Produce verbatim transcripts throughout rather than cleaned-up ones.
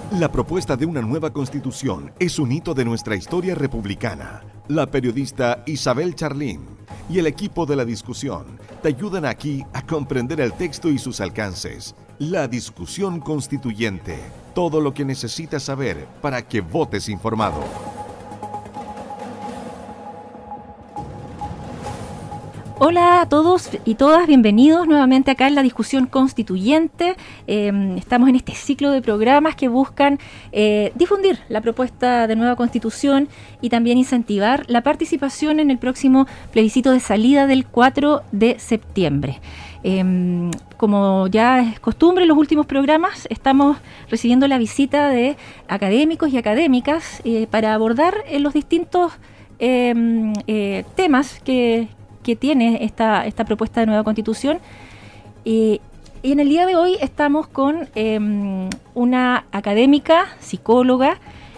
La propuesta de una nueva constitución es un hito de nuestra historia republicana. La periodista Isabel Charlín y el equipo de la discusión te ayudan aquí a comprender el texto y sus alcances. La discusión constituyente. Todo lo que necesitas saber para que votes informado. Hola a todos y todas, bienvenidos nuevamente acá en la discusión constituyente. Eh, estamos en este ciclo de programas que buscan eh, difundir la propuesta de nueva constitución y también incentivar la participación en el próximo plebiscito de salida del cuatro de septiembre. Eh, como ya es costumbre en los últimos programas, estamos recibiendo la visita de académicos y académicas eh, para abordar eh, los distintos eh, eh, temas que que tiene esta, esta propuesta de nueva constitución. Y, y en el día de hoy estamos con eh, una académica, psicóloga.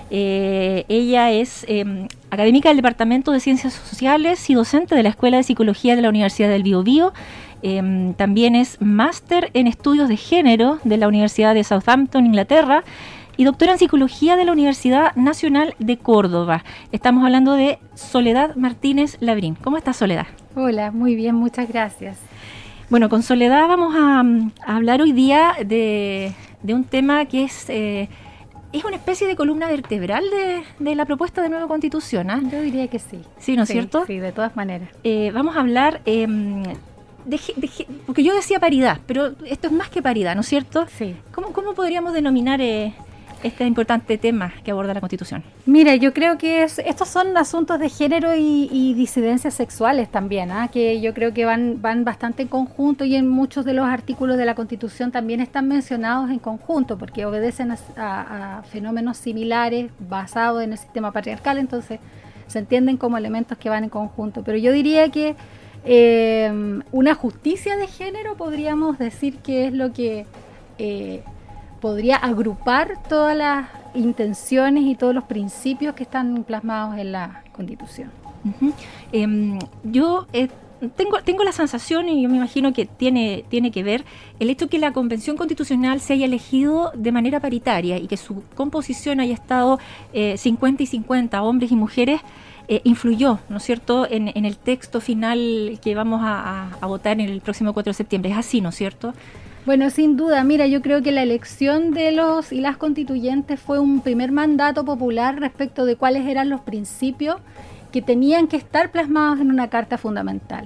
Eh, ella es eh, académica del Departamento de Ciencias Sociales y docente de la Escuela de Psicología de la Universidad del Biobío. Eh, también es máster en estudios de género de la Universidad de Southampton, Inglaterra, y doctora en Psicología de la Universidad Nacional de Córdoba. Estamos hablando de Soledad Martínez Labrín. ¿Cómo estás, Soledad? Hola, muy bien, muchas gracias. Bueno, con Soledad vamos a, a hablar hoy día de, de un tema que es, eh, es una especie de columna vertebral de, de la propuesta de nueva constitución, ¿eh? Yo diría que sí. Sí, ¿no es sí, cierto? Sí, de todas maneras. Eh, vamos a hablar... Eh, De, de, porque yo decía paridad, pero esto es más que paridad, ¿no es cierto? Sí. ¿Cómo, cómo podríamos denominar eh, este importante tema que aborda la Constitución? Mira, yo creo que es, estos son asuntos de género y, y disidencias sexuales también, ¿eh? Que yo creo que van, van bastante en conjunto, y en muchos de los artículos de la Constitución también están mencionados en conjunto, porque obedecen a, a, a fenómenos similares basados en el sistema patriarcal, entonces se entienden como elementos que van en conjunto. Pero yo diría que Eh, una justicia de género podríamos decir que es lo que eh, podría agrupar todas las intenciones y todos los principios que están plasmados en la Constitución. Uh-huh. eh, yo eh, tengo, tengo la sensación, y yo me imagino que tiene, tiene que ver el hecho que la Convención Constitucional se haya elegido de manera paritaria y que su composición haya estado eh, cincuenta y cincuenta, hombres y mujeres. Eh, influyó, ¿no es cierto?, en, en el texto final que vamos a, a, a votar en el próximo cuatro de septiembre. Es así, ¿no es cierto? Bueno, sin duda. Mira, yo creo que la elección de los y las constituyentes fue un primer mandato popular respecto de cuáles eran los principios que tenían que estar plasmados en una carta fundamental.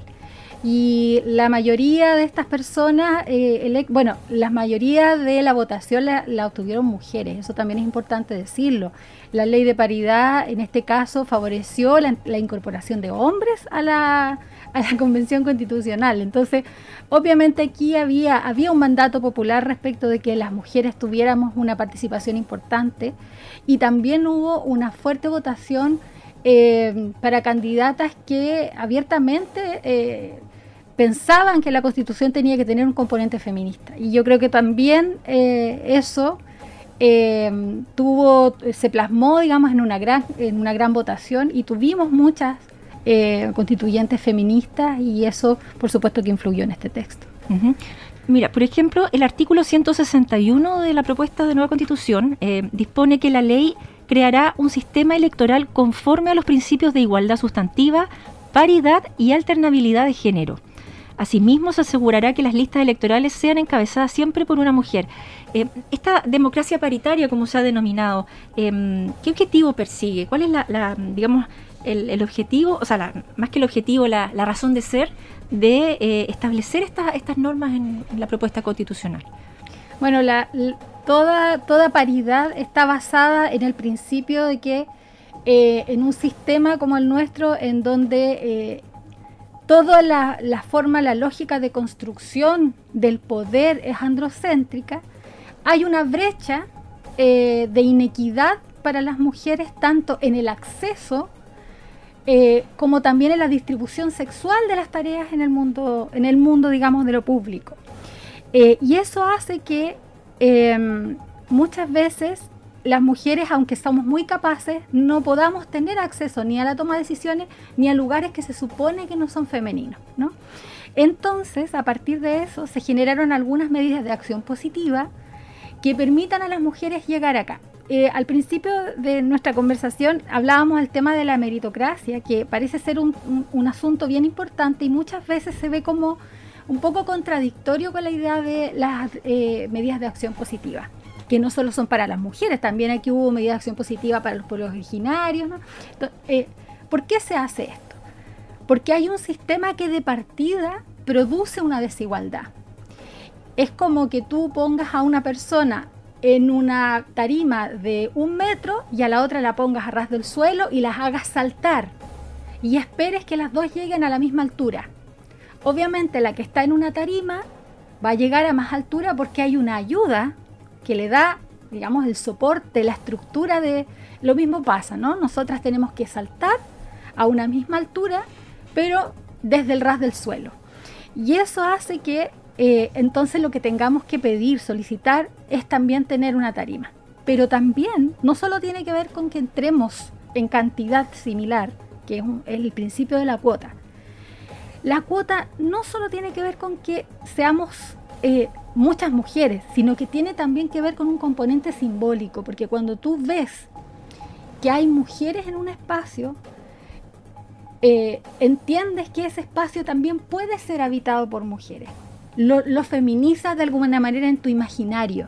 Y la mayoría de estas personas, eh, ele- bueno, la mayoría de la votación la, la obtuvieron mujeres, eso también es importante decirlo. La ley de paridad, en este caso, favoreció la, la incorporación de hombres a la, a la Convención Constitucional. Entonces, obviamente aquí había, había un mandato popular respecto de que las mujeres tuviéramos una participación importante, y también hubo una fuerte votación eh, para candidatas que abiertamente Eh, pensaban que la Constitución tenía que tener un componente feminista, y yo creo que también eh, eso eh, tuvo, se plasmó, digamos, en una gran, en una gran votación, y tuvimos muchas eh, constituyentes feministas, y eso, por supuesto, que influyó en este texto. Uh-huh. Mira, por ejemplo, el artículo ciento sesenta y uno de la propuesta de nueva Constitución eh, dispone que la ley creará un sistema electoral conforme a los principios de igualdad sustantiva, paridad y alternabilidad de género. Asimismo, se asegurará que las listas electorales sean encabezadas siempre por una mujer. Eh, esta democracia paritaria, como se ha denominado, eh, ¿qué objetivo persigue? ¿Cuál es la, la digamos, el, el objetivo, o sea, la, más que el objetivo, la, la razón de ser de eh, establecer esta, estas normas en, en la propuesta constitucional? Bueno, la, la, toda, toda paridad está basada en el principio de que eh, en un sistema como el nuestro, en donde eh, toda la, la forma, la lógica de construcción del poder es androcéntrica, hay una brecha eh, de inequidad para las mujeres, tanto en el acceso eh, como también en la distribución sexual de las tareas en el mundo, en el mundo, digamos, de lo público. Eh, y eso hace que eh, muchas veces las mujeres, aunque somos muy capaces, no podamos tener acceso ni a la toma de decisiones ni a lugares que se supone que no son femeninos, ¿no? Entonces, a partir de eso, se generaron algunas medidas de acción positiva que permitan a las mujeres llegar acá. eh, al principio de nuestra conversación hablábamos del tema de la meritocracia, que parece ser un, un, un asunto bien importante y muchas veces se ve como un poco contradictorio con la idea de las eh, medidas de acción positiva, que no solo son para las mujeres, también aquí hubo medidas de acción positiva para los pueblos originarios, ¿no? Entonces, eh, ¿por qué se hace esto? Porque hay un sistema que de partida produce una desigualdad. Es como que tú pongas a una persona en una tarima de un metro y a la otra la pongas a ras del suelo y las hagas saltar y esperes que las dos lleguen a la misma altura. Obviamente la que está en una tarima va a llegar a más altura porque hay una ayuda que le da, digamos, el soporte, la estructura de... Lo mismo pasa, ¿no? Nosotras tenemos que saltar a una misma altura, pero desde el ras del suelo. Y eso hace que eh, entonces lo que tengamos que pedir, solicitar, es también tener una tarima. Pero también no solo tiene que ver con que entremos en cantidad similar, que es, un, es el principio de la cuota. La cuota no solo tiene que ver con que seamos eh, muchas mujeres, sino que tiene también que ver con un componente simbólico, porque cuando tú ves que hay mujeres en un espacio, eh, entiendes que ese espacio también puede ser habitado por mujeres. Lo, lo feminizas de alguna manera en tu imaginario.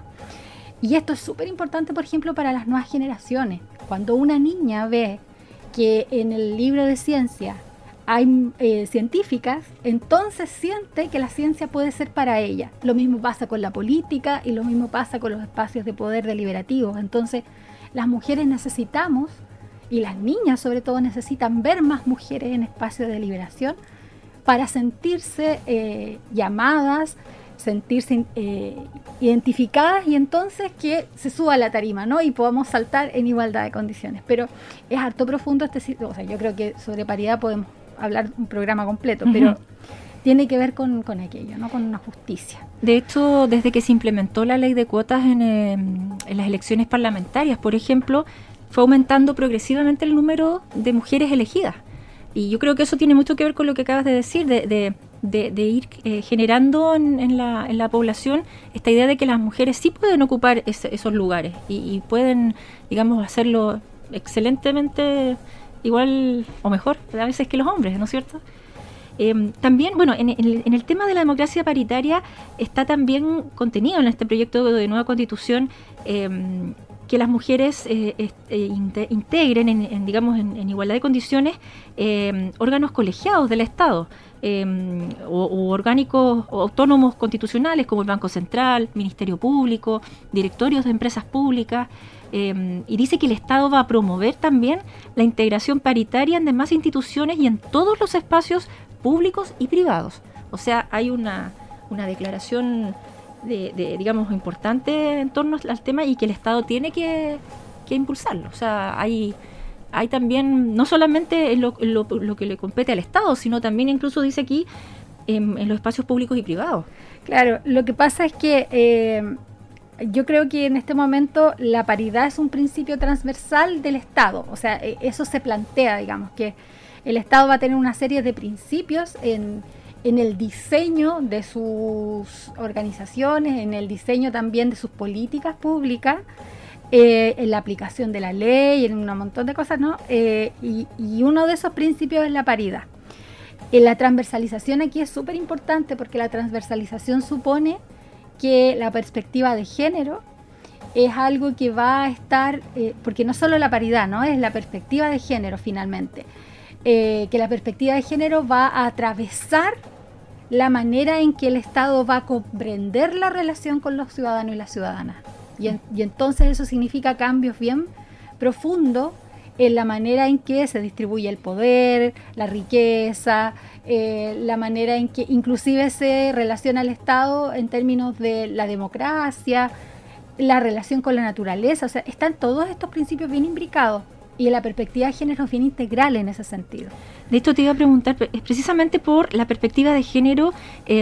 Y esto es súper importante, por ejemplo, para las nuevas generaciones. Cuando una niña ve que en el libro de ciencia hay eh, científicas, entonces siente que la ciencia puede ser para ella. Lo mismo pasa con la política y lo mismo pasa con los espacios de poder deliberativos. Entonces, las mujeres necesitamos, y las niñas sobre todo necesitan ver más mujeres en espacios de deliberación para sentirse eh, llamadas, sentirse eh, identificadas y entonces que se suba a la tarima, ¿no? Y podamos saltar en igualdad de condiciones. Pero es harto profundo este sitio, o sea, yo creo que sobre paridad podemos hablar un programa completo, uh-huh. pero tiene que ver con, con aquello, ¿no? Con una justicia. De hecho, desde que se implementó la ley de cuotas en, eh, en las elecciones parlamentarias, por ejemplo, fue aumentando progresivamente el número de mujeres elegidas. Y yo creo que eso tiene mucho que ver con lo que acabas de decir, de, de, de, de ir eh, generando en, en, la, en la población esta idea de que las mujeres sí pueden ocupar ese, esos lugares y, y pueden, digamos, hacerlo excelentemente igual o mejor a veces que los hombres, ¿no es cierto? Eh, también, bueno, en, en, el, en el tema de la democracia paritaria está también contenido en este proyecto de nueva constitución eh, que las mujeres eh, eh, integren, en, en, digamos, en, en igualdad de condiciones, eh, órganos colegiados del Estado, eh, o, o orgánicos o autónomos constitucionales como el Banco Central, Ministerio Público, directorios de empresas públicas, eh, y dice que el Estado va a promover también la integración paritaria en demás instituciones y en todos los espacios públicos y privados. O sea, hay una, una declaración De, de, digamos, importante en torno al tema y que el Estado tiene que, que impulsarlo. O sea, hay, hay también, no solamente en lo, en lo, lo que le compete al Estado, sino también incluso dice aquí en, en los espacios públicos y privados. Claro, lo que pasa es que eh, yo creo que en este momento la paridad es un principio transversal del Estado. O sea, eso se plantea, digamos, que el Estado va a tener una serie de principios en en el diseño de sus organizaciones, en el diseño también de sus políticas públicas, eh, en la aplicación de la ley, en un montón de cosas, ¿no? Eh, y, y uno de esos principios es la paridad. Eh, la transversalización aquí es súper importante porque la transversalización supone que la perspectiva de género es algo que va a estar, eh, porque no solo la paridad, ¿no? Es la perspectiva de género finalmente. Eh, que la perspectiva de género va a atravesar la manera en que el Estado va a comprender la relación con los ciudadanos y las ciudadanas. Y, en, y entonces eso significa cambios bien profundos en la manera en que se distribuye el poder, la riqueza, eh, la manera en que inclusive se relaciona el Estado en términos de la democracia, la relación con la naturaleza. O sea, están todos estos principios bien imbricados. Y la perspectiva de género es bien integral en ese sentido. De hecho, te iba a preguntar, es precisamente por la perspectiva de género eh,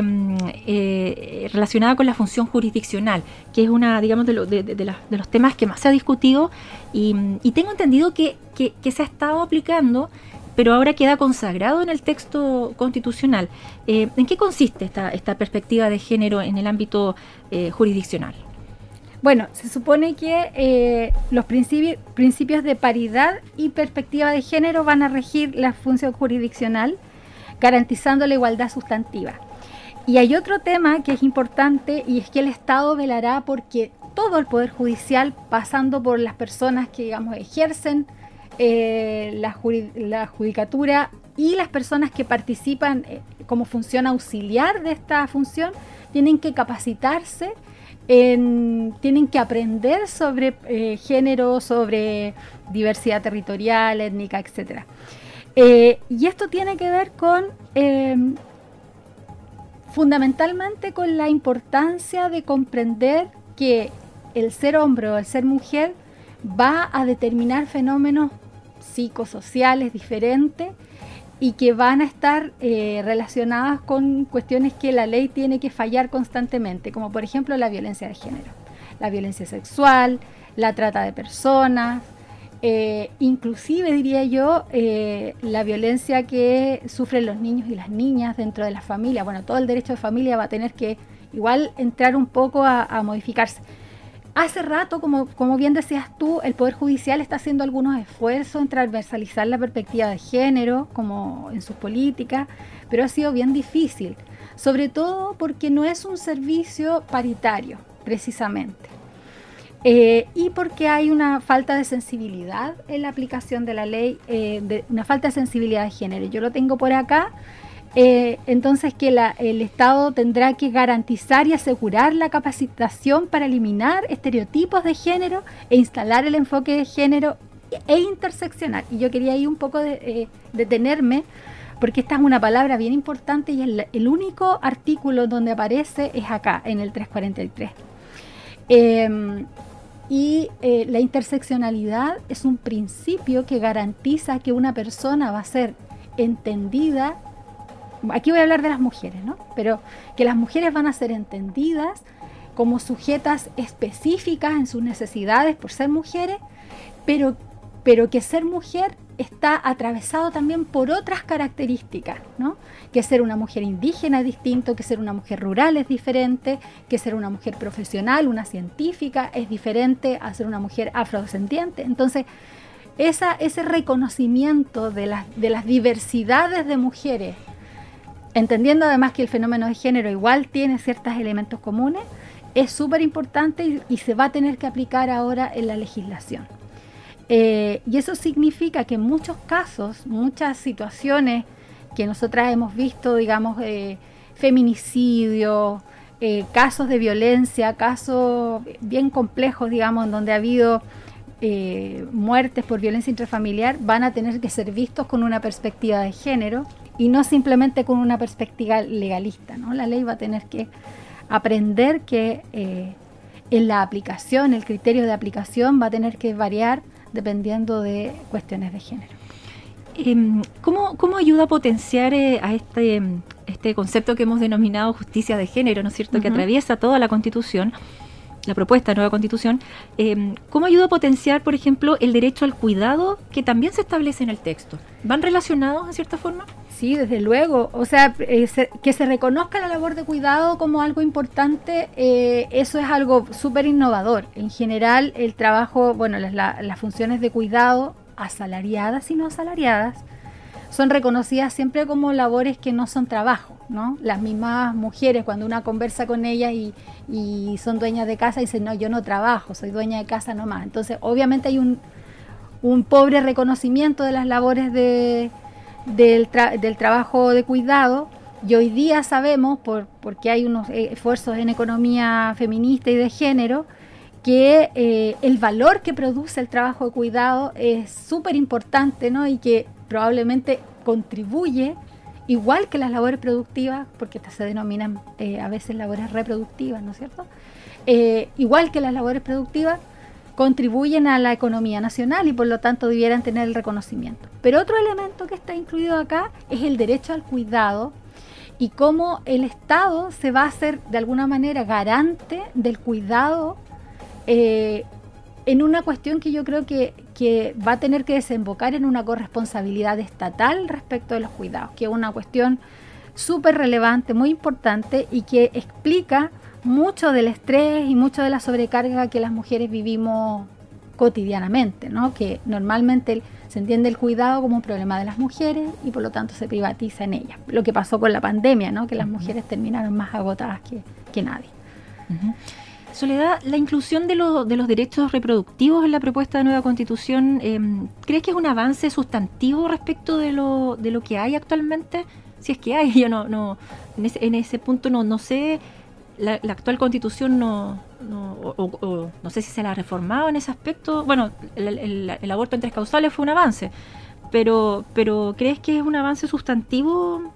eh, relacionada con la función jurisdiccional, que es una, digamos, de, lo, de, de, de, la, de los temas que más se ha discutido y, y tengo entendido que, que, que se ha estado aplicando, pero ahora queda consagrado en el texto constitucional. Eh, ¿En qué consiste esta, esta perspectiva de género en el ámbito eh, jurisdiccional? Bueno, se supone que eh, los principi- principios de paridad y perspectiva de género van a regir la función jurisdiccional, garantizando la igualdad sustantiva. Y hay otro tema que es importante, y es que el Estado velará porque todo el Poder Judicial, pasando por las personas que, digamos, ejercen eh, la, juri- la judicatura y las personas que participan eh, como función auxiliar de esta función, tienen que capacitarse, en, tienen que aprender sobre eh, género, sobre diversidad territorial, étnica, etcétera. Eh, y esto tiene que ver con... Eh, fundamentalmente con la importancia de comprender que el ser hombre o el ser mujer va a determinar fenómenos psicosociales diferentes y que van a estar eh, relacionadas con cuestiones que la ley tiene que fallar constantemente, como por ejemplo la violencia de género, la violencia sexual, la trata de personas, Eh, inclusive diría yo eh, la violencia que sufren los niños y las niñas dentro de la familia. Bueno, todo el derecho de familia va a tener que igual entrar un poco a, a modificarse. Hace rato, como, como bien decías tú, el Poder Judicial está haciendo algunos esfuerzos en transversalizar la perspectiva de género, como en sus políticas, pero ha sido bien difícil, sobre todo porque no es un servicio paritario, precisamente. Eh, y porque hay una falta de sensibilidad en la aplicación de la ley, eh, de, una falta de sensibilidad de género. Yo lo tengo por acá, eh, entonces que la, el Estado tendrá que garantizar y asegurar la capacitación para eliminar estereotipos de género e instalar el enfoque de género e interseccional. Y yo quería ahí un poco de, eh, detenerme, porque esta es una palabra bien importante y el, el único artículo donde aparece es acá, en el trescientos cuarenta y tres. Eh, Y eh, la interseccionalidad es un principio que garantiza que una persona va a ser entendida, aquí voy a hablar de las mujeres, ¿no? Pero que las mujeres van a ser entendidas como sujetas específicas en sus necesidades por ser mujeres, pero, pero que ser mujer está atravesado también por otras características, ¿no? Que ser una mujer indígena es distinto, que ser una mujer rural es diferente, que ser una mujer profesional, una científica es diferente a ser una mujer afrodescendiente. Entonces, esa, ese reconocimiento de las, de las diversidades de mujeres, entendiendo además que el fenómeno de género igual tiene ciertos elementos comunes, es súper importante y, y se va a tener que aplicar ahora en la legislación. Eh, y eso significa que en muchos casos, muchas situaciones que nosotras hemos visto, digamos, eh, feminicidio, eh, casos de violencia, casos bien complejos, digamos, en donde ha habido eh, muertes por violencia intrafamiliar, van a tener que ser vistos con una perspectiva de género y no simplemente con una perspectiva legalista, ¿no? La ley va a tener que aprender que eh, en la aplicación, el criterio de aplicación va a tener que variar dependiendo de cuestiones de género. ¿Cómo, cómo ayuda a potenciar eh, a este, este concepto que hemos denominado justicia de género, ¿no es cierto?, uh-huh, que atraviesa toda la Constitución, la propuesta de nueva Constitución? Eh, ¿Cómo ayuda a potenciar, por ejemplo, el derecho al cuidado que también se establece en el texto? ¿Van relacionados, en cierta forma? Sí, desde luego. O sea, eh, se, que se reconozca la labor de cuidado como algo importante, eh, eso es algo súper innovador. En general, el trabajo, bueno, las, la, las funciones de cuidado, asalariadas y no asalariadas, son reconocidas siempre como labores que no son trabajo, ¿no? Las mismas mujeres, cuando una conversa con ellas y, y son dueñas de casa, dicen, no, yo no trabajo, soy dueña de casa nomás. Entonces, obviamente hay un, un pobre reconocimiento de las labores de... Del, tra- del trabajo de cuidado, y hoy día sabemos, por, porque hay unos esfuerzos en economía feminista y de género, que eh, el valor que produce el trabajo de cuidado es súper importante, ¿no? Y que probablemente contribuye, igual que las labores productivas, porque estas se denominan eh, a veces labores reproductivas, ¿no es cierto? Eh, igual que las labores productivas, contribuyen a la economía nacional y por lo tanto debieran tener el reconocimiento. Pero otro elemento que está incluido acá es el derecho al cuidado y cómo el Estado se va a hacer de alguna manera garante del cuidado eh, en una cuestión que yo creo que, que va a tener que desembocar en una corresponsabilidad estatal respecto de los cuidados, que es una cuestión súper relevante, muy importante y que explica mucho del estrés y mucho de la sobrecarga que las mujeres vivimos cotidianamente, ¿no? Que normalmente el, se entiende el cuidado como un problema de las mujeres y por lo tanto se privatiza en ellas. Lo que pasó con la pandemia, ¿no? Que las mujeres terminaron más agotadas que, que nadie. Uh-huh. Soledad, la inclusión de, lo, de los derechos reproductivos en la propuesta de nueva Constitución, eh, ¿crees que es un avance sustantivo respecto de lo, de lo que hay actualmente? Si es que hay, yo no, no en, ese, en ese punto no, no sé, la, la actual Constitución no, no o, o, o, no sé si se la ha reformado en ese aspecto. Bueno, el, el, el aborto en tres causales fue un avance, pero, pero ¿crees que es un avance sustantivo?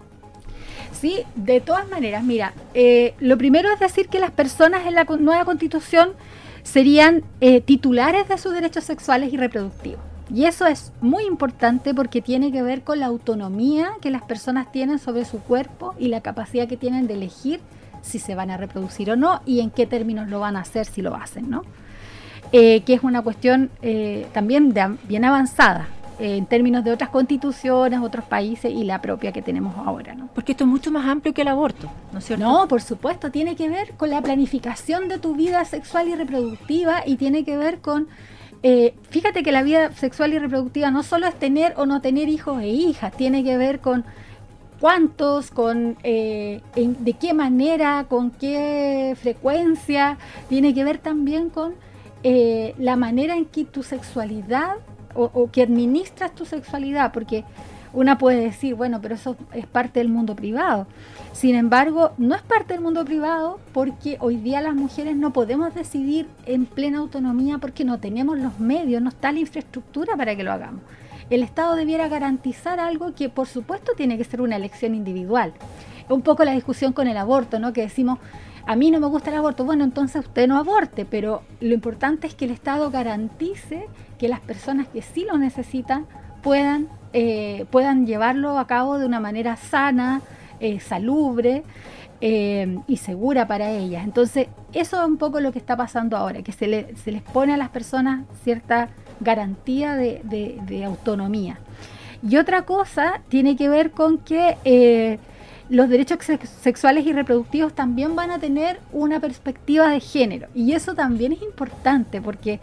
Sí, de todas maneras, mira, eh, lo primero es decir que las personas en la nueva Constitución serían eh, titulares de sus derechos sexuales y reproductivos. Y eso es muy importante porque tiene que ver con la autonomía que las personas tienen sobre su cuerpo y la capacidad que tienen de elegir si se van a reproducir o no y en qué términos lo van a hacer si lo hacen, ¿no? Eh, que es una cuestión eh, también de, bien avanzada eh, en términos de otras constituciones, otros países y la propia que tenemos ahora, ¿no? Porque esto es mucho más amplio que el aborto, ¿no es cierto? No, por supuesto, tiene que ver con la planificación de tu vida sexual y reproductiva y tiene que ver con... Eh, fíjate que la vida sexual y reproductiva no solo es tener o no tener hijos e hijas, tiene que ver con cuántos, con eh, en, de qué manera, con qué frecuencia, tiene que ver también con eh, la manera en que tu sexualidad o, o que administras tu sexualidad, porque una puede decir, bueno, pero eso es parte del mundo privado. Sin embargo, no es parte del mundo privado porque hoy día las mujeres no podemos decidir en plena autonomía porque no tenemos los medios, no está la infraestructura para que lo hagamos. El Estado debiera garantizar algo que por supuesto tiene que ser una elección individual. Un poco la discusión con el aborto, ¿no? Que decimos, a mí no me gusta el aborto, bueno, entonces usted no aborte, pero lo importante es que el Estado garantice que las personas que sí lo necesitan puedan, eh, puedan llevarlo a cabo de una manera sana, eh, salubre eh, y segura para ellas. Entonces, eso es un poco lo que está pasando ahora, que se, le, se les pone a las personas cierta garantía de, de, de autonomía. Y otra cosa tiene que ver con que eh, los derechos sex- sexuales y reproductivos también van a tener una perspectiva de género. Y eso también es importante porque,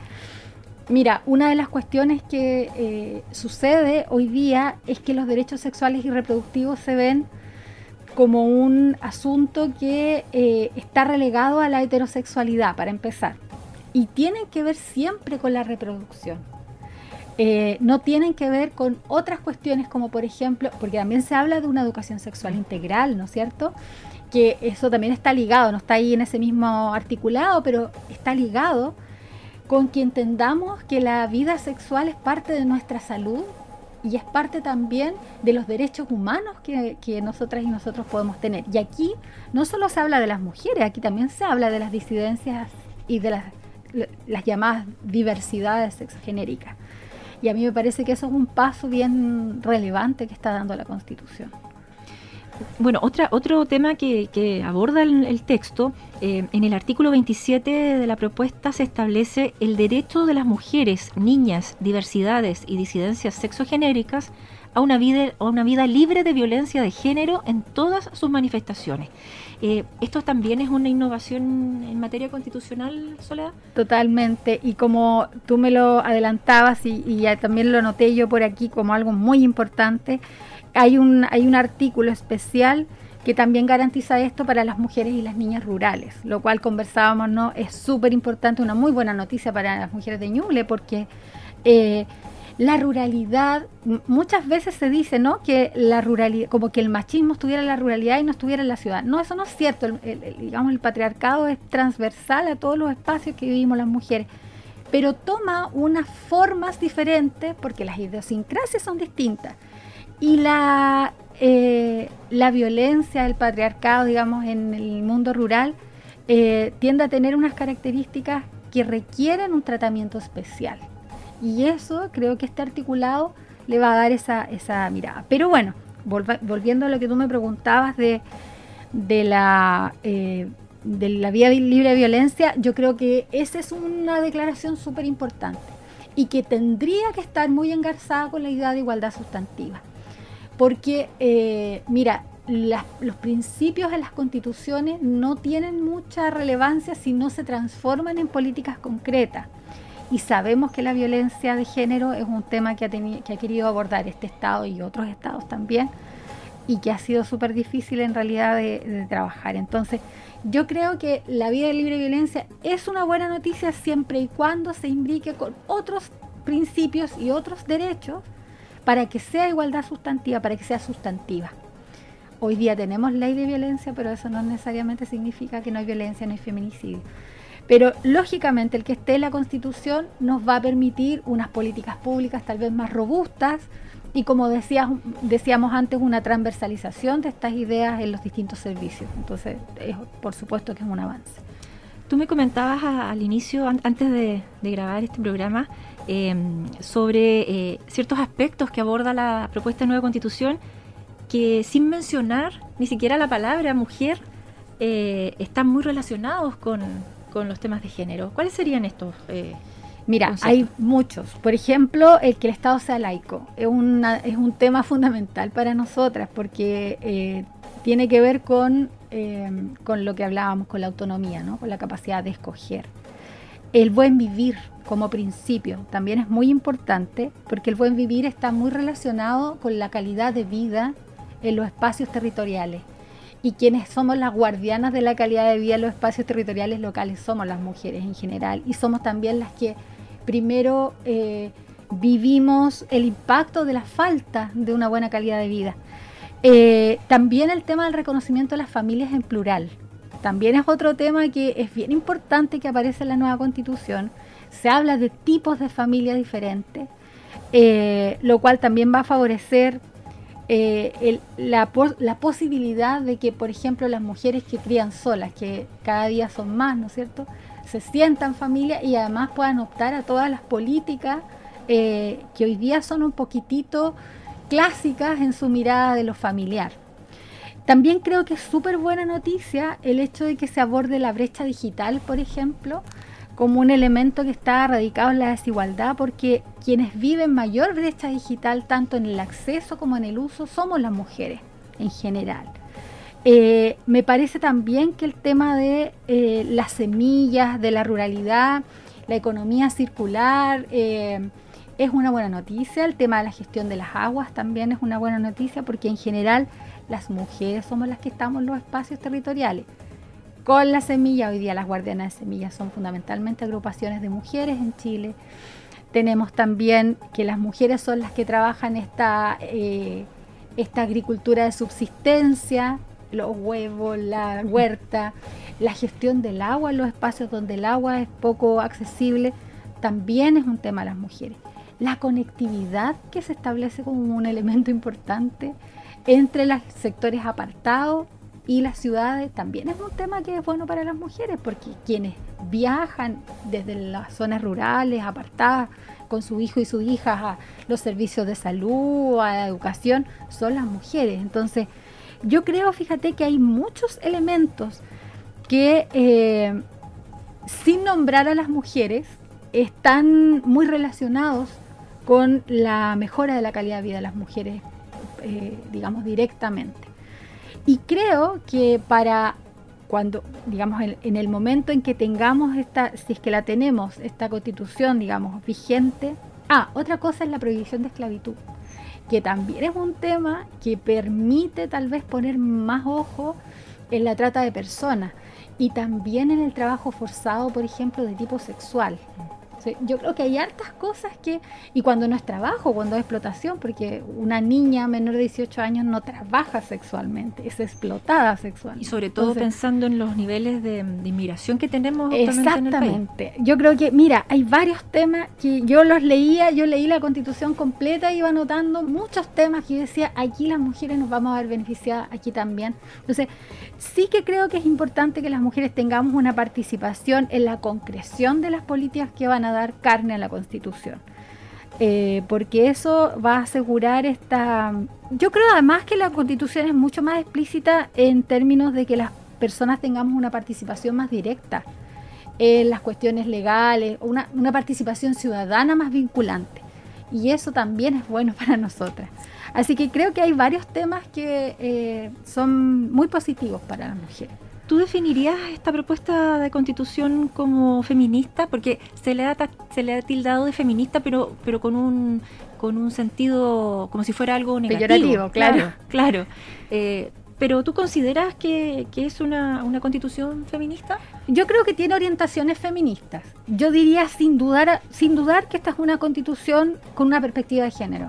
mira, una de las cuestiones que eh, sucede hoy día es que los derechos sexuales y reproductivos se ven como un asunto que eh, está relegado a la heterosexualidad, para empezar. Y tienen que ver siempre con la reproducción. Eh, no tienen que ver con otras cuestiones como por ejemplo, porque también se habla de una educación sexual integral, ¿no es cierto? Que eso también está ligado, no está ahí en ese mismo articulado, pero está ligado con que entendamos que la vida sexual es parte de nuestra salud y es parte también de los derechos humanos que, que nosotras y nosotros podemos tener. Y aquí no solo se habla de las mujeres, aquí también se habla de las disidencias y de las, las llamadas diversidades sexogenéricas. Y a mí me parece que eso es un paso bien relevante que está dando la Constitución. Bueno, otra, otro tema que, que aborda el, el texto, eh, en el artículo veintisiete de la propuesta se establece el derecho de las mujeres, niñas, diversidades y disidencias sexogenéricas a una vida, a una vida libre de violencia de género en todas sus manifestaciones. Eh, ¿Esto también es una innovación en materia constitucional, Soledad? Totalmente, y como tú me lo adelantabas y, y ya también lo noté yo por aquí como algo muy importante, hay un, hay un artículo especial que también garantiza esto para las mujeres y las niñas rurales, lo cual conversábamos, ¿no? Es súper importante, una muy buena noticia para las mujeres de Ñuble, porque eh, la ruralidad, m- muchas veces se dice, ¿no? Que la ruralidad, como que el machismo estuviera en la ruralidad y no estuviera en la ciudad. No, eso no es cierto. El, el, el, digamos, el patriarcado es transversal a todos los espacios que vivimos las mujeres, pero toma unas formas diferentes porque las idiosincrasias son distintas. Y la, eh, la violencia del patriarcado, digamos, en el mundo rural, eh, tiende a tener unas características que requieren un tratamiento especial. Y eso creo que este articulado le va a dar esa, esa mirada. Pero bueno, volva, volviendo a lo que tú me preguntabas de, de, la, eh, de la vía libre de violencia, yo creo que esa es una declaración súper importante y que tendría que estar muy engarzada con la idea de igualdad sustantiva. Porque, eh, mira, la, los principios de las constituciones no tienen mucha relevancia si no se transforman en políticas concretas. Y sabemos que la violencia de género es un tema que ha, tenido, que ha querido abordar este Estado y otros estados también, y que ha sido súper difícil en realidad de, de trabajar. Entonces, yo creo que la vida libre de violencia es una buena noticia siempre y cuando se imbrique con otros principios y otros derechos para que sea igualdad sustantiva, para que sea sustantiva. Hoy día tenemos ley de violencia, pero eso no necesariamente significa que no hay violencia, no hay feminicidio. Pero lógicamente el que esté en la Constitución nos va a permitir unas políticas públicas tal vez más robustas y, como decías, decíamos antes, una transversalización de estas ideas en los distintos servicios. Entonces, es, por supuesto que es un avance. Tú me comentabas a, al inicio, an, antes de, de grabar este programa, eh, sobre eh, ciertos aspectos que aborda la propuesta de nueva Constitución que, sin mencionar ni siquiera la palabra mujer, eh, están muy relacionados con, con los temas de género. ¿Cuáles serían estos eh, Mira, conceptos? Hay muchos. Por ejemplo, el que el Estado sea laico. Es, una, es un tema fundamental para nosotras porque eh, tiene que ver con, eh, con lo que hablábamos, con la autonomía, ¿no? Con la capacidad de escoger. El buen vivir como principio también es muy importante porque el buen vivir está muy relacionado con la calidad de vida en los espacios territoriales. Y quienes somos las guardianas de la calidad de vida en los espacios territoriales locales somos las mujeres en general, y somos también las que primero eh, vivimos el impacto de la falta de una buena calidad de vida. Eh, también el tema del reconocimiento de las familias en plural. También es otro tema que es bien importante, que aparece en la nueva Constitución. Se habla de tipos de familias diferentes, eh, lo cual también va a favorecer Eh, el, la, la posibilidad de que, por ejemplo, las mujeres que crían solas, que cada día son más, ¿no es cierto?, se sientan familia y además puedan optar a todas las políticas eh, que hoy día son un poquitito clásicas en su mirada de lo familiar. También creo que es súper buena noticia el hecho de que se aborde la brecha digital, por ejemplo, como un elemento que está radicado en la desigualdad, porque quienes viven mayor brecha digital, tanto en el acceso como en el uso, somos las mujeres en general. Eh, me parece también que el tema de eh, las semillas, de la ruralidad, la economía circular, eh, es una buena noticia. El tema de la gestión de las aguas también es una buena noticia, porque en general las mujeres somos las que estamos en los espacios territoriales. Con la semilla, hoy día las guardianas de semillas son fundamentalmente agrupaciones de mujeres en Chile. Tenemos también que las mujeres son las que trabajan esta, eh, esta agricultura de subsistencia, los huevos, la huerta, la gestión del agua en los espacios donde el agua es poco accesible, también es un tema de las mujeres. La conectividad, que se establece como un elemento importante entre los sectores apartados y las ciudades, también es un tema que es bueno para las mujeres, porque quienes viajan desde las zonas rurales, apartadas, con su hijo y sus hijas a los servicios de salud, a la educación, son las mujeres. Entonces, yo creo, fíjate, que hay muchos elementos que, eh, sin nombrar a las mujeres, están muy relacionados con la mejora de la calidad de vida de las mujeres, eh, digamos, directamente. Y creo que para cuando, digamos, en, en el momento en que tengamos esta, si es que la tenemos, esta Constitución, digamos, vigente. Ah, otra cosa es la prohibición de esclavitud, que también es un tema que permite tal vez poner más ojo en la trata de personas y también en el trabajo forzado, por ejemplo, de tipo sexual. Yo creo que hay hartas cosas que, y cuando no es trabajo, cuando es explotación, porque una niña menor de dieciocho años no trabaja sexualmente, es explotada sexualmente. Y sobre todo Entonces, pensando en los niveles de, de inmigración que tenemos exactamente en el país. Yo creo que, mira, hay varios temas que yo los leía, yo leí la Constitución completa y iba anotando muchos temas que yo decía, aquí las mujeres nos vamos a ver beneficiadas, aquí también. Entonces, sí que creo que es importante que las mujeres tengamos una participación en la concreción de las políticas que van a dar carne a la Constitución, eh, porque eso va a asegurar esta... Yo creo además que la Constitución es mucho más explícita en términos de que las personas tengamos una participación más directa en las cuestiones legales, una, una participación ciudadana más vinculante. y eso también es bueno para nosotras. Así que creo que hay varios temas que eh, son muy positivos para las mujeres. ¿Tú definirías esta propuesta de constitución como feminista? Porque se le ha, se le ha tildado de feminista, pero, pero con un con un sentido como si fuera algo negativo. Peyorativo, claro. Claro. claro. Eh, ¿Pero tú consideras que, que es una, una constitución feminista? Yo creo que tiene orientaciones feministas. Yo diría sin dudar, sin dudar que esta es una constitución con una perspectiva de género.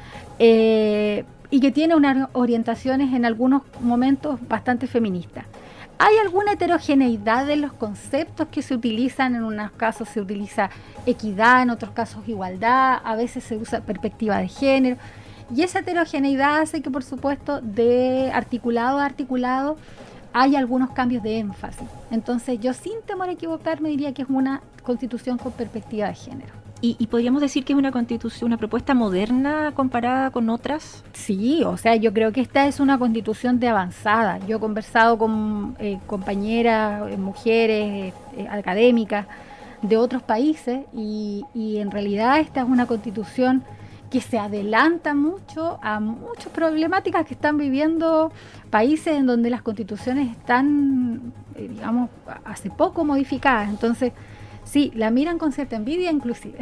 Eh, y que tiene unas orientaciones en algunos momentos bastante feministas. Hay alguna heterogeneidad en los conceptos que se utilizan, en unos casos se utiliza equidad, en otros casos igualdad, a veces se usa perspectiva de género, y esa heterogeneidad hace que, por supuesto, de articulado a articulado hay algunos cambios de énfasis. Entonces yo, sin temor a equivocarme, diría que es una constitución con perspectiva de género. ¿Y, y podríamos decir que es una constitución, una propuesta moderna comparada con otras? Sí, o sea, yo creo que esta es una constitución de avanzada. Yo he conversado con eh, compañeras, eh, mujeres, eh, académicas de otros países y, y en realidad esta es una constitución que se adelanta mucho a muchas problemáticas que están viviendo países en donde las constituciones están, eh, digamos, hace poco modificadas. Entonces, sí, la miran con cierta envidia inclusive.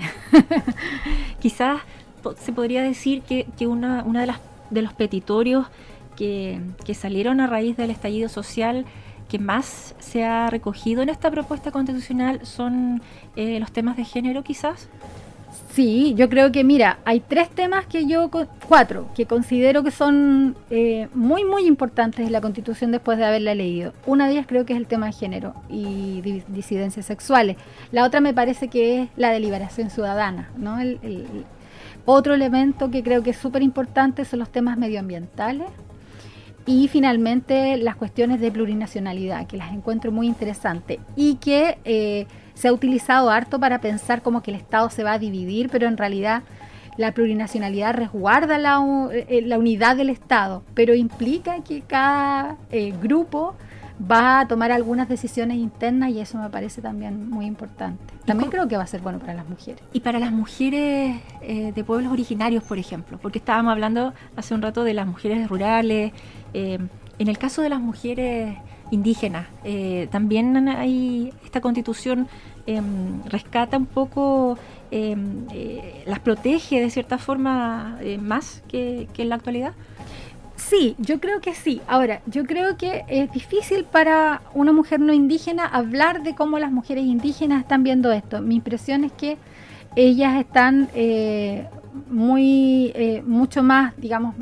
Quizás po- se podría decir que, que una, una de las de los petitorios que, que salieron a raíz del estallido social que más se ha recogido en esta propuesta constitucional son eh, los temas de género, quizás. Sí, yo creo que, mira, hay tres temas que yo, cuatro, que considero que son eh, muy, muy importantes en la Constitución después de haberla leído. Una de ellas creo que es el tema de género y di- disidencias sexuales. La otra me parece que es la deliberación ciudadana, ¿no? El, el, el otro elemento que creo que es súper importante son los temas medioambientales y finalmente las cuestiones de plurinacionalidad, que las encuentro muy interesantes y que eh, se ha utilizado harto para pensar como que el Estado se va a dividir, pero en realidad la plurinacionalidad resguarda la, la unidad del Estado, pero implica que cada eh, grupo va a tomar algunas decisiones internas y eso me parece también muy importante. También creo que va a ser bueno para las mujeres. Y para las mujeres eh, de pueblos originarios, por ejemplo, porque estábamos hablando hace un rato de las mujeres rurales. Eh, en el caso de las mujeres indígenas, eh, también hay esta constitución eh, rescata un poco, eh, eh, las protege de cierta forma eh, más que, que en la actualidad. Sí, yo creo que sí. Ahora, yo creo que es difícil para una mujer no indígena hablar de cómo las mujeres indígenas están viendo esto. Mi impresión es que ellas están eh, muy, eh, mucho más, digamos,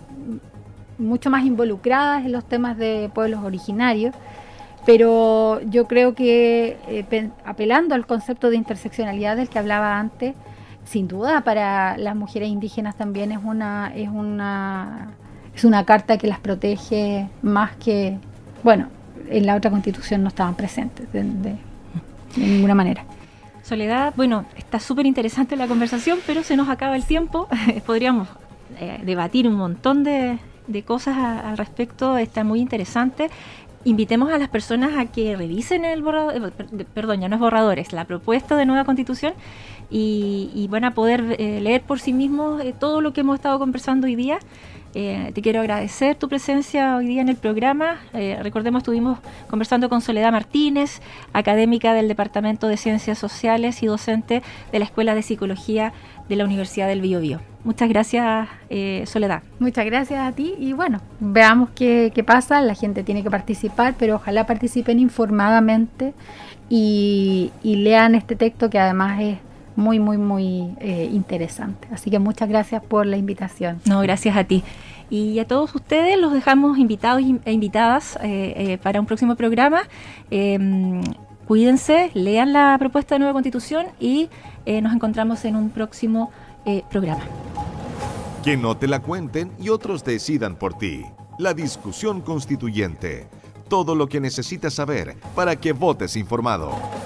mucho más involucradas en los temas de pueblos originarios, pero yo creo que eh, apelando al concepto de interseccionalidad del que hablaba antes, sin duda para las mujeres indígenas también es una, es una Es una carta que las protege más que, bueno, en la otra constitución no estaban presentes de, de, de ninguna manera. Soledad, bueno, está súper interesante la conversación, pero se nos acaba el tiempo. Podríamos eh, debatir un montón de, de cosas a, al respecto, está muy interesante. Invitemos a las personas a que revisen el borrador, eh, perdón, ya no es borradores, la propuesta de nueva constitución y, y van a poder eh, leer por sí mismos eh, todo lo que hemos estado conversando hoy día. Eh, te quiero agradecer tu presencia hoy día en el programa. Eh, recordemos, estuvimos conversando con Soledad Martínez, académica del Departamento de Ciencias Sociales y docente de la Escuela de Psicología de la Universidad del Biobío. Muchas gracias, eh, Soledad. Muchas gracias a ti y bueno, veamos qué, qué pasa. La gente tiene que participar, pero ojalá participen informadamente y, y lean este texto que además es muy, muy, muy eh, interesante. Así que muchas gracias por la invitación. No, gracias a ti. Y a todos ustedes los dejamos invitados e invitadas eh, eh, para un próximo programa. Eh, cuídense, lean la propuesta de nueva constitución y eh, nos encontramos en un próximo eh, programa. Que no te la cuenten y otros decidan por ti. La discusión constituyente. Todo lo que necesitas saber para que votes informado.